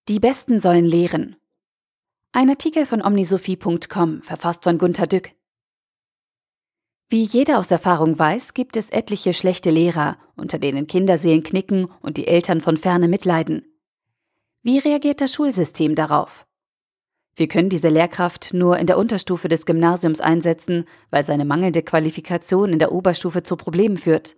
Die Besten sollen lehren. Ein Artikel von omnisophie.com, verfasst von Gunter Dück. Wie jeder aus Erfahrung weiß, gibt es etliche schlechte Lehrer, unter denen Kinderseelen knicken und die Eltern von ferne mitleiden. Wie reagiert das Schulsystem darauf? Wir können diese Lehrkraft nur in der Unterstufe des Gymnasiums einsetzen, weil seine mangelnde Qualifikation in der Oberstufe zu Problemen führt.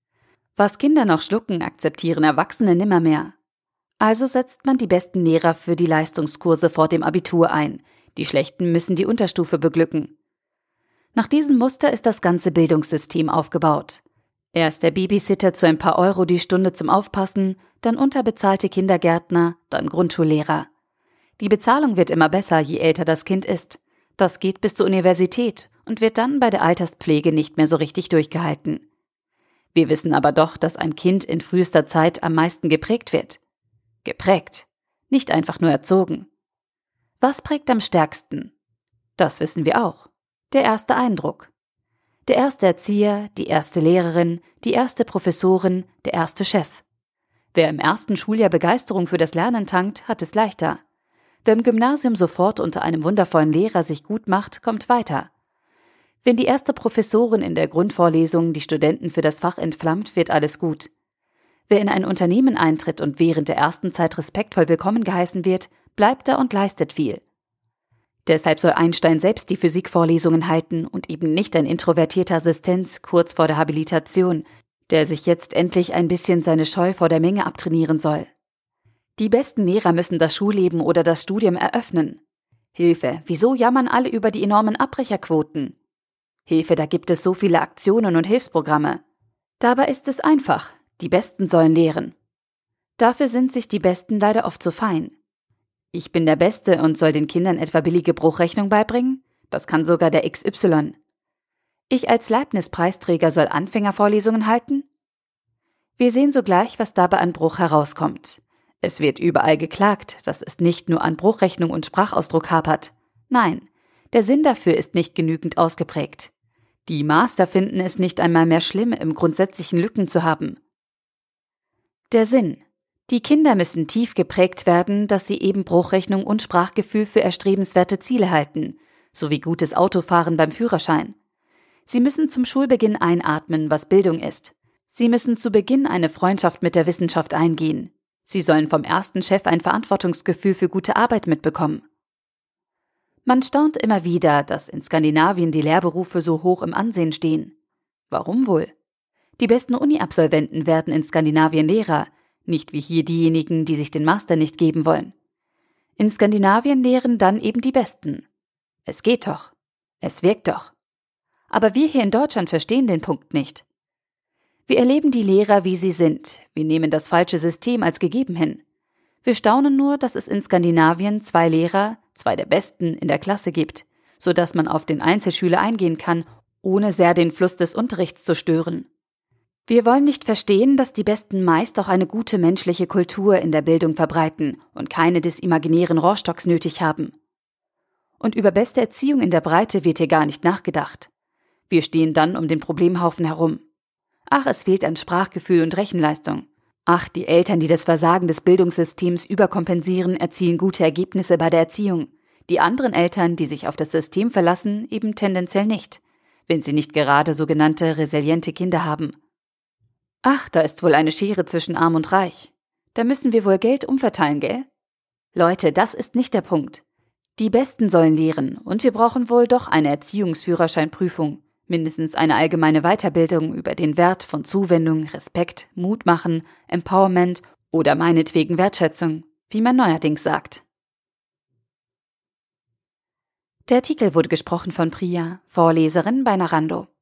Was Kinder noch schlucken, akzeptieren Erwachsene nimmermehr. Also setzt man die besten Lehrer für die Leistungskurse vor dem Abitur ein. Die schlechten müssen die Unterstufe beglücken. Nach diesem Muster ist das ganze Bildungssystem aufgebaut. Erst der Babysitter zu ein paar Euro die Stunde zum Aufpassen, dann unterbezahlte Kindergärtner, dann Grundschullehrer. Die Bezahlung wird immer besser, je älter das Kind ist. Das geht bis zur Universität und wird dann bei der Alterspflege nicht mehr so richtig durchgehalten. Wir wissen aber doch, dass ein Kind in frühester Zeit am meisten geprägt wird. Geprägt, nicht einfach nur erzogen. Was prägt am stärksten? Das wissen wir auch. Der erste Eindruck. Der erste Erzieher, die erste Lehrerin, die erste Professorin, der erste Chef. Wer im ersten Schuljahr Begeisterung für das Lernen tankt, hat es leichter. Wer im Gymnasium sofort unter einem wundervollen Lehrer sich gut macht, kommt weiter. Wenn die erste Professorin in der Grundvorlesung die Studenten für das Fach entflammt, wird alles gut. Wer in ein Unternehmen eintritt und während der ersten Zeit respektvoll willkommen geheißen wird, bleibt da und leistet viel. Deshalb soll Einstein selbst die Physikvorlesungen halten und eben nicht ein introvertierter Assistenz kurz vor der Habilitation, der sich jetzt endlich ein bisschen seine Scheu vor der Menge abtrainieren soll. Die besten Lehrer müssen das Schulleben oder das Studium eröffnen. Hilfe, wieso jammern alle über die enormen Abbrecherquoten? Hilfe, da gibt es so viele Aktionen und Hilfsprogramme. Dabei ist es einfach, die Besten sollen lehren. Dafür sind sich die Besten leider oft zu fein. Ich bin der Beste und soll den Kindern etwa billige Bruchrechnung beibringen? Das kann sogar der XY. Ich als Leibniz-Preisträger soll Anfängervorlesungen halten? Wir sehen sogleich, was dabei an Bruch herauskommt. Es wird überall geklagt, dass es nicht nur an Bruchrechnung und Sprachausdruck hapert. Nein, der Sinn dafür ist nicht genügend ausgeprägt. Die Master finden es nicht einmal mehr schlimm, im Grundsätzlichen Lücken zu haben. Der Sinn. Die Kinder müssen tief geprägt werden, dass sie eben Bruchrechnung und Sprachgefühl für erstrebenswerte Ziele halten, sowie gutes Autofahren beim Führerschein. Sie müssen zum Schulbeginn einatmen, was Bildung ist. Sie müssen zu Beginn eine Freundschaft mit der Wissenschaft eingehen. Sie sollen vom ersten Chef ein Verantwortungsgefühl für gute Arbeit mitbekommen. Man staunt immer wieder, dass in Skandinavien die Lehrberufe so hoch im Ansehen stehen. Warum wohl? Die besten Uni-Absolventen werden in Skandinavien Lehrer, nicht wie hier diejenigen, die sich den Master nicht geben wollen. In Skandinavien lehren dann eben die Besten. Es geht doch. Es wirkt doch. Aber wir hier in Deutschland verstehen den Punkt nicht. Wir erleben die Lehrer, wie sie sind. Wir nehmen das falsche System als gegeben hin. Wir staunen nur, dass es in Skandinavien 2 Lehrer, 2 der Besten in der Klasse gibt, sodass man auf den Einzelschüler eingehen kann, ohne sehr den Fluss des Unterrichts zu stören. Wir wollen nicht verstehen, dass die Besten meist auch eine gute menschliche Kultur in der Bildung verbreiten und keine des imaginären Rohrstocks nötig haben. Und über beste Erziehung in der Breite wird hier gar nicht nachgedacht. Wir stehen dann um den Problemhaufen herum. Ach, es fehlt an Sprachgefühl und Rechenleistung. Ach, die Eltern, die das Versagen des Bildungssystems überkompensieren, erzielen gute Ergebnisse bei der Erziehung. Die anderen Eltern, die sich auf das System verlassen, eben tendenziell nicht, wenn sie nicht gerade sogenannte resiliente Kinder haben. Ach, da ist wohl eine Schere zwischen Arm und Reich. Da müssen wir wohl Geld umverteilen, gell? Leute, das ist nicht der Punkt. Die Besten sollen lehren und wir brauchen wohl doch eine Erziehungsführerscheinprüfung, mindestens eine allgemeine Weiterbildung über den Wert von Zuwendung, Respekt, Mut machen, Empowerment oder meinetwegen Wertschätzung, wie man neuerdings sagt. Der Artikel wurde gesprochen von Priya, Vorleserin bei Narando.